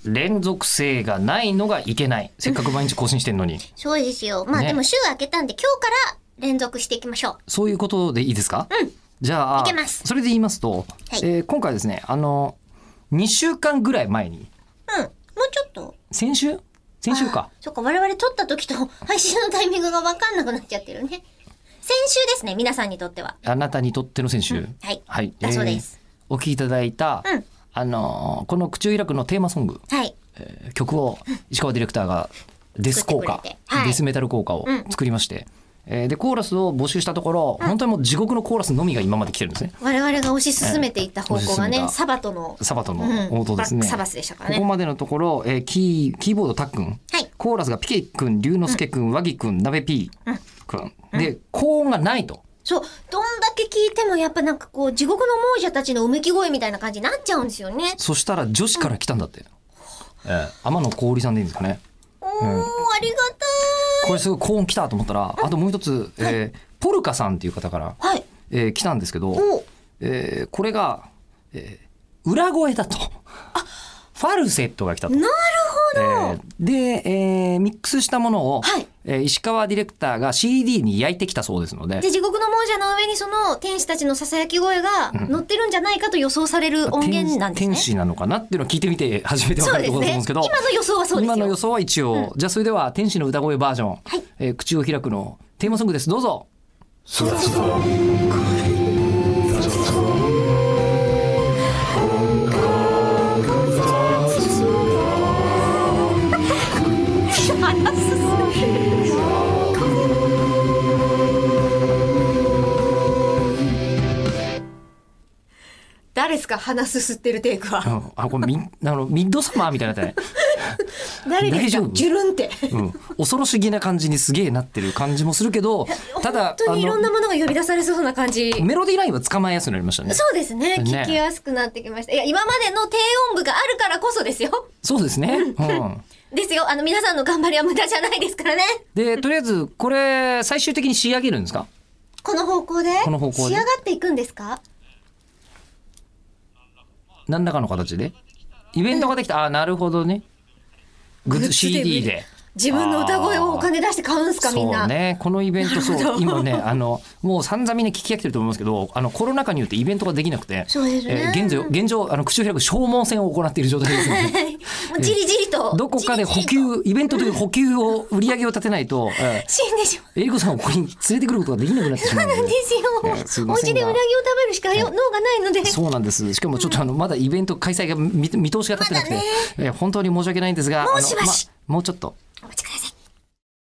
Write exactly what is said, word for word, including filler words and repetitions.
連続性がないのがいけない。せっかく毎日更新してんのに。 そうですよ。まあ、ね、でも週明けたんで今日から連続していきましょう。 そういうことでいいですか？ うん。 じゃあ、 いけます。 それで言いますと、はい、えー、今回ですね、あの、にしゅうかんぐらい前に。 うん。もうちょっと。 先週先週か。 そっか、我々撮った時と配信のタイミングが分かんなくなっちゃってるね。先週ですね、皆さんにとっては。 あなたにとっての先週。うん、 はい。 はい。 だそうです。 えー、お聞きいただいた、 うん、 あのー、この口を開くのテーマソング。 はい。 えー、曲を石川ディレクターがデス効果、はい、デスメタル効果を作りまして、うん、えー、でコーラスを募集したところ、うん、本当にもう地獄のコーラスのみが今まで来てるんですね。 我々が推し進めていった方向がね、えー、サバトのサバトの王道ですね、 うん、サバスでしたからね。 ここまでのところ、えー、キー、キーボードタックン、はい、コーラスがピケ君、龍之介君、和木君、鍋 P 君、うん、で高音がないと。 そう、どんだけ聞いてもやっぱなんかこう地獄の亡者たちのうめき声みたいな感じになっちゃうんですよね。 そしたら女子から来たんだって、うん、えー、天野氷さんでいいんですかね。 おー、うん、ありがたい。 これすごい高音来たと思ったら、あともう一つ、えーはい、ポルカさんっていう方から、はい、えー、来たんですけど、えー、これが、えー、裏声だと。あ、ファルセットが来たと。 なるほど。 えー、で、えー、ミックスしたものを、はい、えー、石川ディレクターが シーディー に焼いてきたそうですので、 で地獄の亡者の上にその天使たちのささやき声が乗ってるんじゃないかと予想される音源なんですね。 天使なのかなっていうのを聞いてみて初めて分かるところだと思うんですけど、 そうですね、今の予想はそうですよ。 今の予想は一応、うん、じゃあそれでは天使の歌声バージョン、はい、えー、口を開くのテーマソングです。どうぞ。 誰ですか、鼻すすってるテイクは。 うん、あ、これミあのミッドサマーみたいになってね。 誰ですか、ジュルンって、 うん、恐ろしげな感じにすげえなってる感じもするけど、ただ本当にいろんなものが呼び出されそうな感じ。 メロディーラインは捕まえやすくなりましたね。 そうですね、聞きやすくなってきました。いや、今までの低音部があるからこそですよ。 そうですね、うん、 ですよ。あの皆さんの頑張りは無駄じゃないですからね。 で、とりあえずこれ最終的に仕上げるんですか？ この方向でこの方向で仕上がっていくんですか？ 何らかの形でイベントができた、うん、あ、なるほどね。グッズ シーディー で自分の歌声をお金出して買うんすか、みんな。 そうね、このイベント、そう今ね、あのもう散々みんな聞き飽きてると思いますけど、あのコロナ禍によってイベントができなくて、 そうですね、 えー、現状現状あの口を開く消耗戦を行っている状態ですので、 もうじりじりと、 えー、どこかで補給イベントという補給を売り上げを立てないと、えー、 死んでしまう。 えりこさんをここに連れてくることができなくなってしまうので。 そうなんですよ、えー、すいませんがお家でうなぎを食べるしかよ、えー、脳がないので。 そうなんです。しかもちょっとあのまだイベント開催が見、見通しが立ってなくて、まだね、えー、本当に申し訳ないんですが、 もうしばし、 あの、ま、もうちょっと